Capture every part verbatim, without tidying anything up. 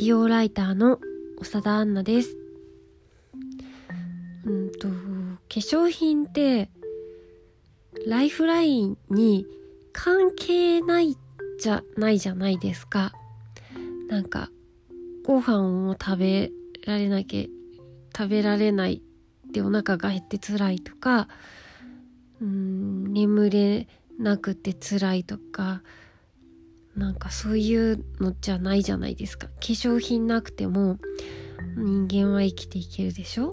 美容ライターの長田杏奈です。うんと化粧品ってライフラインに関係ないじゃないじゃないですか。なんかご飯を食べられなきゃ食べられないでお腹が減って辛いとか、うーん眠れなくて辛いとか、なんかそういうのじゃないじゃないですか。化粧品なくても人間は生きていけるでしょ。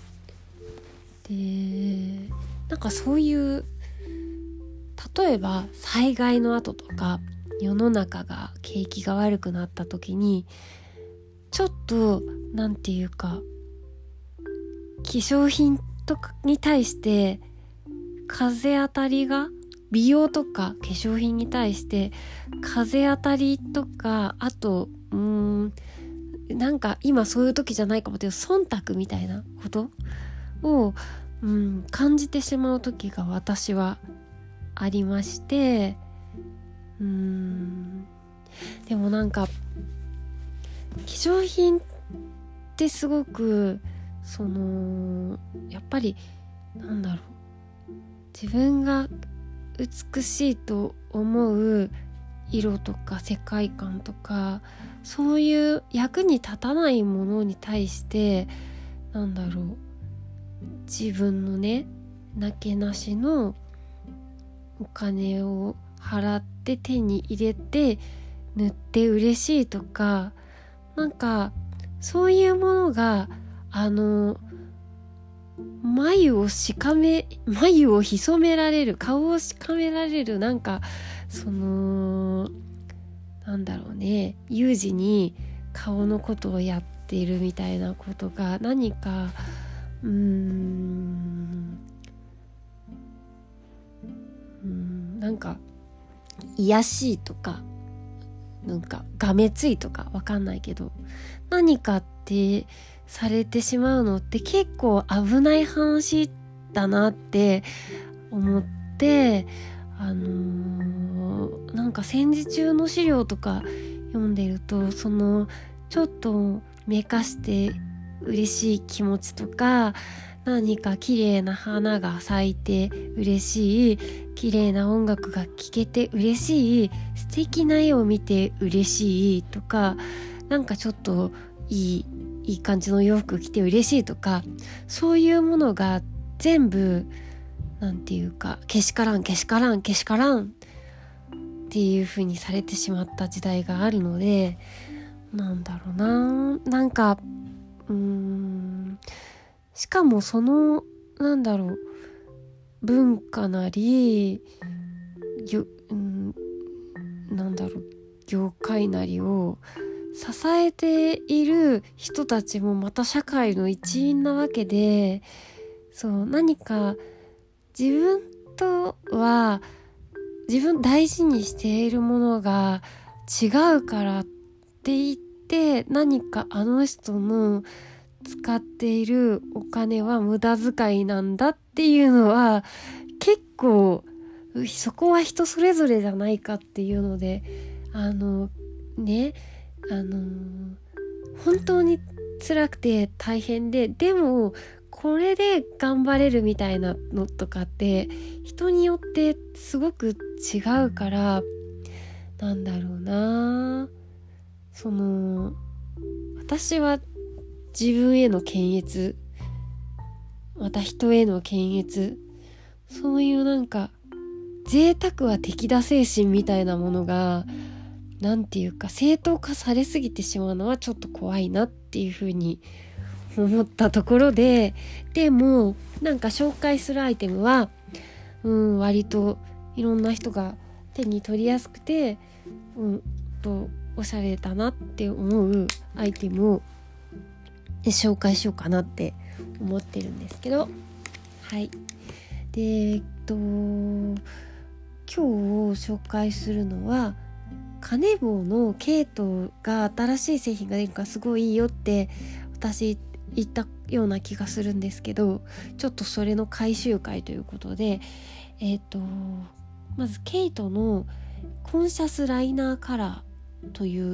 で、なんかそういう例えば災害の後とか世の中が景気が悪くなった時にちょっとなんていうか化粧品とかに対して風当たりが美容とか化粧品に対して風当たりとか、あとうーんなんか今そういう時じゃないかもっていう忖度みたいなことを、うん、感じてしまう時が私はありまして、うーんでもなんか化粧品ってすごくそのやっぱりなんだろう、自分が美しいと思う色とか世界観とか、そういう役に立たないものに対してなんだろう、自分のねなけなしのお金を払って手に入れて塗って嬉しいとか、なんかそういうものがあの眉をしかめ眉を潜められる、顔をしかめられる、なんかそのなんだろうね、有事に顔のことをやっているみたいなことが何かうーんうーんなんか癒やしいとか、なんかがめついとかわかんないけど、何かってされてしまうのって結構危ない話だなって思って、あのー、なんか戦時中の資料とか読んでると、そのちょっとめかして嬉しい気持ちとか、何か綺麗な花が咲いて嬉しい、綺麗な音楽が聴けて嬉しい、素敵な絵を見て嬉しいとか、なんかちょっといいいい感じの洋服着て嬉しいとか、そういうものが全部なんていうかけしからんけしからんけしからんっていう風にされてしまった時代があるので、なんだろうな、なんかうーんしかもそのなんだろう文化なりよ、うん、なんだろう業界なりを支えている人たちもまた社会の一員なわけで、そう何か自分とは自分大事にしているものが違うからって言って、何かあの人の使っているお金は無駄遣いなんだっていうのは結構そこは人それぞれじゃないかっていうので、あのねあの本当に辛くて大変で、でもこれで頑張れるみたいなのとかって人によってすごく違うから、なんだろうな、その私は自分への検閲、また人への検閲、そういうなんか贅沢は敵だ精神みたいなものがなんていうか正当化されすぎてしまうのはちょっと怖いなっていうふうに思ったところで、でもなんか紹介するアイテムは、うん、割といろんな人が手に取りやすくて、うんとおしゃれだなって思うアイテムを紹介しようかなって思ってるんですけど、はい。で、えっと今日紹介するのはカネボウのケイトが新しい製品が出るからすごいいいよって私言ったような気がするんですけど、ちょっとそれの回収会ということで、えっとまずケイトのコンシャスライナーカラーという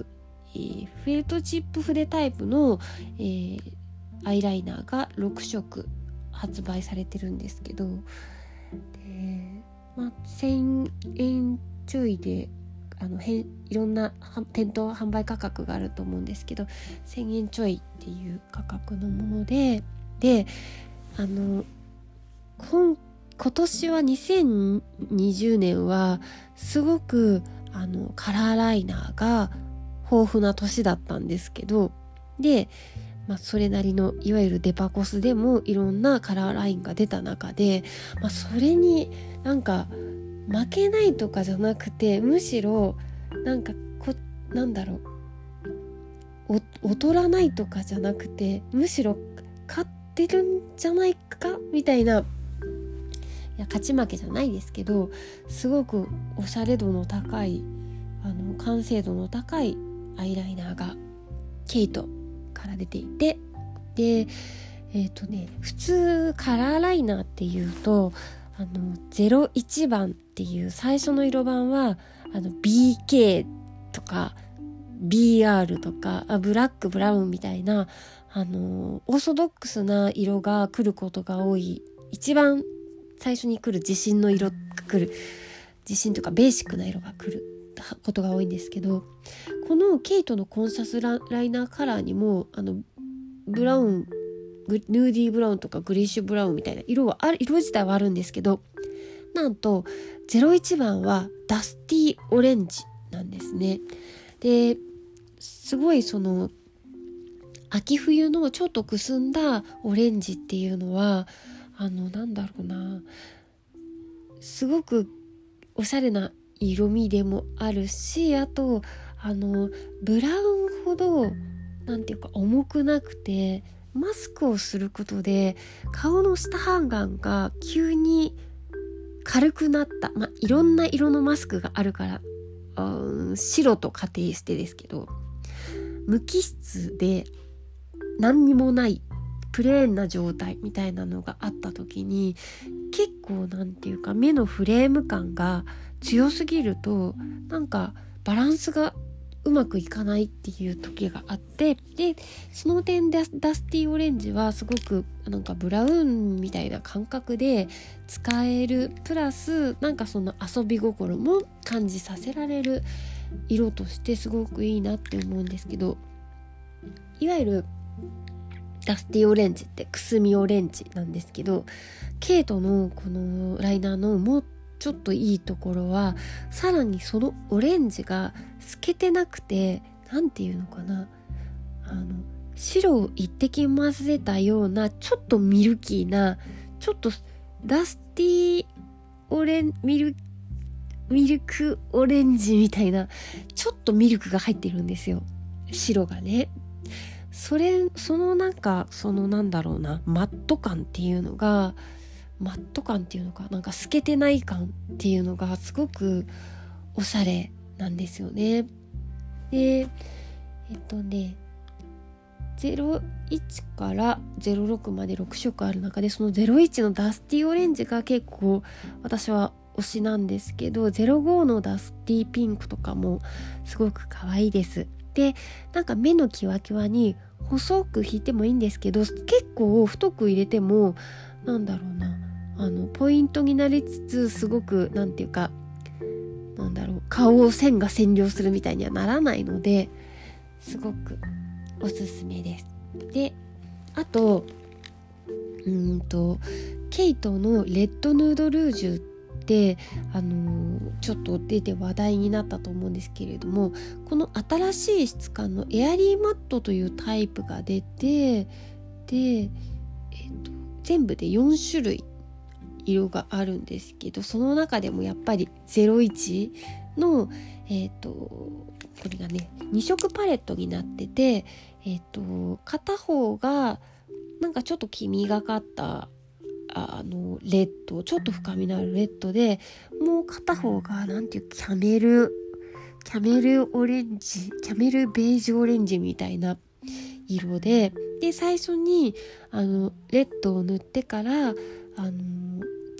えー、フェルトチップ筆タイプの、えー、アイライナーがろくしょく発売されてるんですけど、で、まあ、せんえんちょいであのへいろんな店頭販売価格があると思うんですけど、せんえんちょいっていう価格のもので、であの今今年はにせんにじゅうねんはすごくあのカラーライナーが豊富な年だったんですけど、で、まあ、それなりのいわゆるデパコスでもいろんなカラーラインが出た中で、まあ、それになんか負けないとかじゃなくて、むしろなんかこなんだろうお劣らないとかじゃなくて、むしろ勝ってるんじゃないかみたいな、いや勝ち負けじゃないですけど、すごくおしゃれ度の高いあの完成度の高いアイライナーがケイトから出ていて、でえっとね普通カラーライナーっていうとあのゼロいちばんっていう最初の色番はあの ビーケー とか ビーアール とかあブラックブラウンみたいなあのオーソドックスな色が来ることが多い、一番最初に来る自信の色が来る自信とかベーシックな色が来ることが多いんですけど、このケイトのコンシャス ラ, ライナーカラーにもあのブラウンヌーディーブラウンとかグリッシュブラウンみたいな色はある色自体はあるんですけど、なんとゼロいちばんはダスティーオレンジなんですね。ですごいその秋冬のちょっとくすんだオレンジっていうのはあのなんだろうなすごくおしゃれな色味でもあるし、あとあのブラウンほどなんていうか重くなくて、マスクをすることで顔の下半眼が急に軽くなった、まあ、いろんな色のマスクがあるからうん白と仮定してですけど、無機質で何にもないプレーンな状態みたいなのがあった時に、結構なんていうか目のフレーム感が強すぎるとなんかバランスがうまくいかないっていう時があって、でその点でダスティーオレンジはすごくなんかブラウンみたいな感覚で使える、プラスなんかその遊び心も感じさせられる色としてすごくいいなって思うんですけど、いわゆるダスティーオレンジってくすみオレンジなんですけど、ケイトのこのライナーのもうちょっといいところは、さらにそのオレンジが透けてなくて、なんていうのかな、あの白を一滴混ぜたようなちょっとミルキーな、ちょっとダスティーオレンミルミルクオレンジみたいな、ちょっとミルクが入ってるんですよ、白がね。それそのなんかそのなんだろうなマット感っていうのがマット感っていうのかなんか透けてない感っていうのがすごくおしゃれなんですよね。でえっとねゼロいちからゼロろくまでろくしょくある中で、そのゼロいちのダスティーオレンジが結構私は推しなんですけど、ゼロごのダスティーピンクとかもすごく可愛いです。でなんか目のキワキワに細く引いてもいいんですけど、結構太く入れてもなんだろうなあのポイントになりつつ、すごくなんていうかなんだろう顔を線が占領するみたいにはならないので、すごくおすすめです。であとうーんとケイトのレッドヌードルージュであのー、ちょっと出て話題になったと思うんですけれども、この新しい質感のエアリーマットというタイプが出て、で、えーと、全部でよんしゅるい色があるんですけど、その中でもやっぱりゼロいちの、えーと、これがねにしょくパレットになってて、えーと、片方がなんかちょっと黄みがかったあのレッド、ちょっと深みのあるレッドで、もう片方がなんていうキャメルキャメルオレンジキャメルベージュオレンジみたいな色で、で最初にあのレッドを塗ってからあの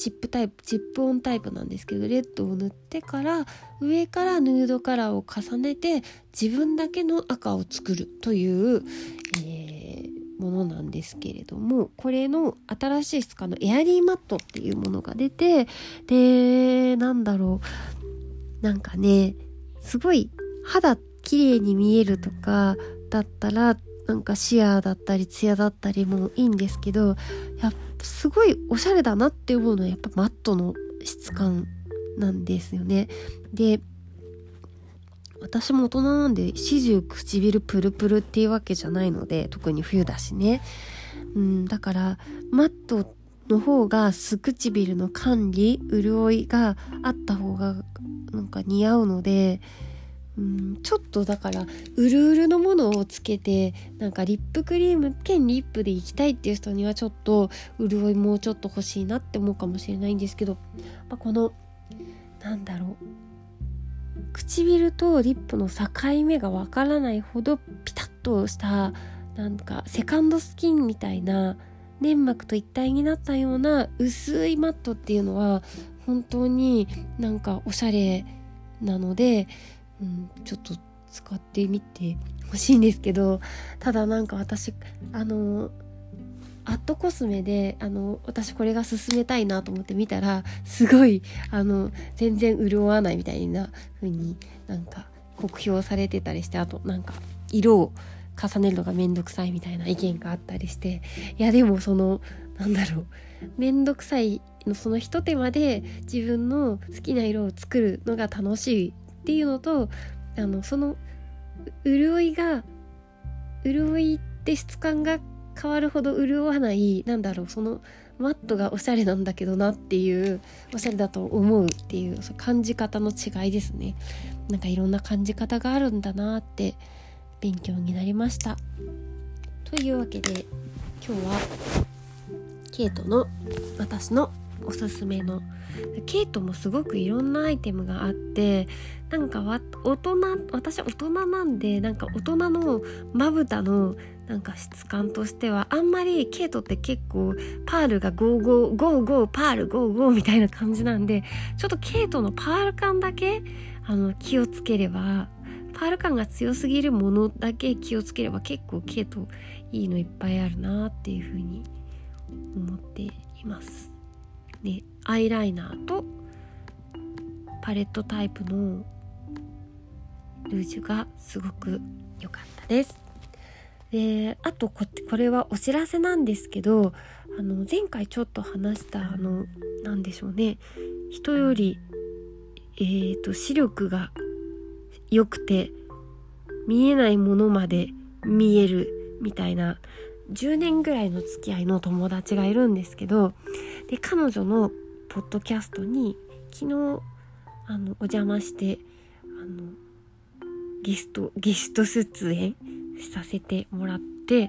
チップタイプチップオンタイプなんですけど、レッドを塗ってから上からヌードカラーを重ねて自分だけの赤を作るという、えー、ものなんですけれども、これの新しい質感のエアリーマットっていうものが出て、でなんだろうなんかねすごい肌綺麗に見えるとかだったらなんかシアーだったりツヤだったりもいいんですけど、やっぱすごいおしゃれだなって思うのはやっぱマットの質感なんですよね。で私も大人なんで始終唇プルプルっていうわけじゃないので、特に冬だしね、うん、だからマットの方がす唇の管理潤いがあった方がなんか似合うので、うん、ちょっとだからうるうるのものをつけてなんかリップクリーム兼リップでいきたいっていう人にはちょっと潤いもうちょっと欲しいなって思うかもしれないんですけど、まあ、このなんだろう唇とリップの境目がわからないほどピタッとしたなんかセカンドスキンみたいな粘膜と一体になったような薄いマットっていうのは本当になんかおしゃれなので、うん、ちょっと使ってみてほしいんですけど、ただなんか私あのアットコスメであの私これが勧めたいなと思って見たらすごいあの全然潤わないみたいな風になんか酷評されてたりして、あとなんか色を重ねるのがめんどくさいみたいな意見があったりして、いやでもそのなんだろうめんどくさいのその一手間で自分の好きな色を作るのが楽しいっていうのと、あのその潤いが潤いって質感が変わるほど潤わないなんだろうそのマットがおしゃれなんだけどなっていうおしゃれだと思うっていうその感じ方の違いですね。なんかいろんな感じ方があるんだなって勉強になりました。というわけで今日はケイトの私のおすすめのケイトもすごくいろんなアイテムがあって、なんかわ大人私大人なんでなんか大人のまぶたのなんか質感としてはあんまりケイトって結構パールがゴーゴーゴーゴーパールゴーゴーみたいな感じなんで、ちょっとケイトのパール感だけあの気をつければ、パール感が強すぎるものだけ気をつければ結構ケイトいいのいっぱいあるなっていう風に思っていますで、アイライナーとパレットタイプのルージュがすごく良かったです。で、あと こ, これはお知らせなんですけど、あの前回ちょっと話したあのなんでしょうね、人より、えーと、視力が良くて見えないものまで見えるみたいなじゅうねんぐらいの付き合いの友達がいるんですけど、で彼女のポッドキャストに昨日あのお邪魔してあのゲストゲスト出演させてもらって、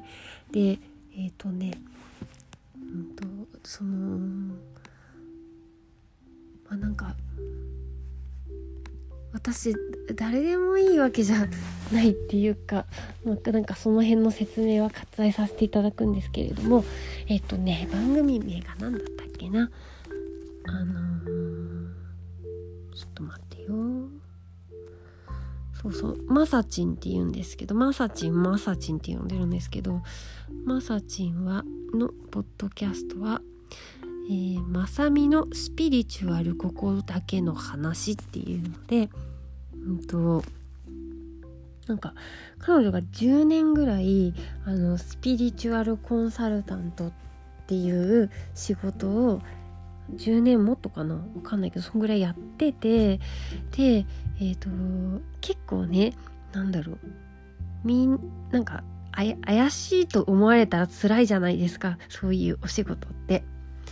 でえっとね、うんとそのまあなんか私誰でもいいわけじゃないっていうか、なんかその辺の説明は割愛させていただくんですけれども、えっとね番組名が何だったっけな、あのー、ちょっと待ってよ、そうそうマサチンって言うんですけど、マサチンマサチンって呼んでるんですけど、マサチンはのポッドキャストはえー、まさみのスピリチュアルここだけの話っていうので、うんとなんか彼女がじゅうねんぐらいあのスピリチュアルコンサルタントっていう仕事をじゅうねんもっとかなわかんないけどそんぐらいやってて、でえっと結構ねなんだろうみんなんかあや怪しいと思われたら辛いじゃないですか、そういうお仕事って。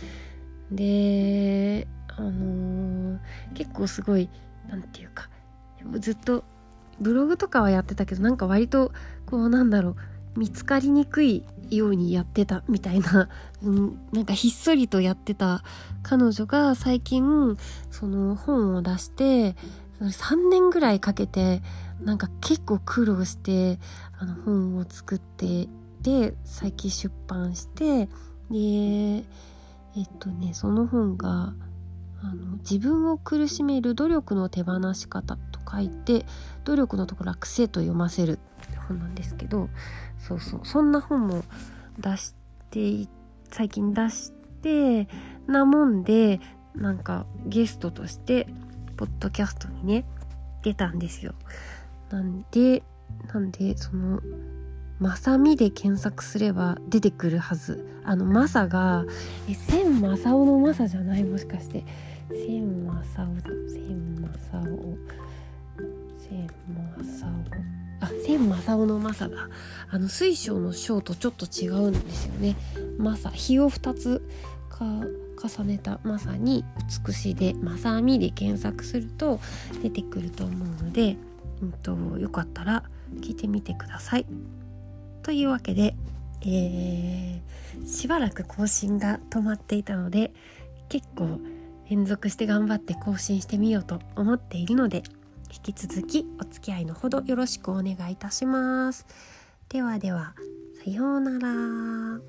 であのー、結構すごいなんていうかずっとブログとかはやってたけどなんか割とこうなんだろう見つかりにくいようにやってたみたいな、うん、なんかひっそりとやってた彼女が最近その本を出してさんねんぐらいかけてなんか結構苦労してあの本を作ってで最近出版して、でえっとねその本があの自分を苦しめる努力の手放し方と書いて、努力のところは癖と読ませるって本なんですけど、そうそう、そんな本も出して最近出してなもんで、なんかゲストとしてポッドキャストにね出たんですよ。なんでなんでそのまさみで検索すれば出てくるはず。あのマサがえ千正夫のマサじゃない？もしかして千正夫千正夫千正夫あ千正夫のマサだ。あの水晶の章とちょっと違うんですよね。マサ、日をふたつか重ねたまさに美しいでまさみで検索すると出てくると思うので、うんとよかったら聞いてみてください。というわけで、えー、しばらく更新が止まっていたので、結構連続して頑張って更新してみようと思っているので、引き続きお付き合いのほどよろしくお願いいたします。ではでは、さようなら。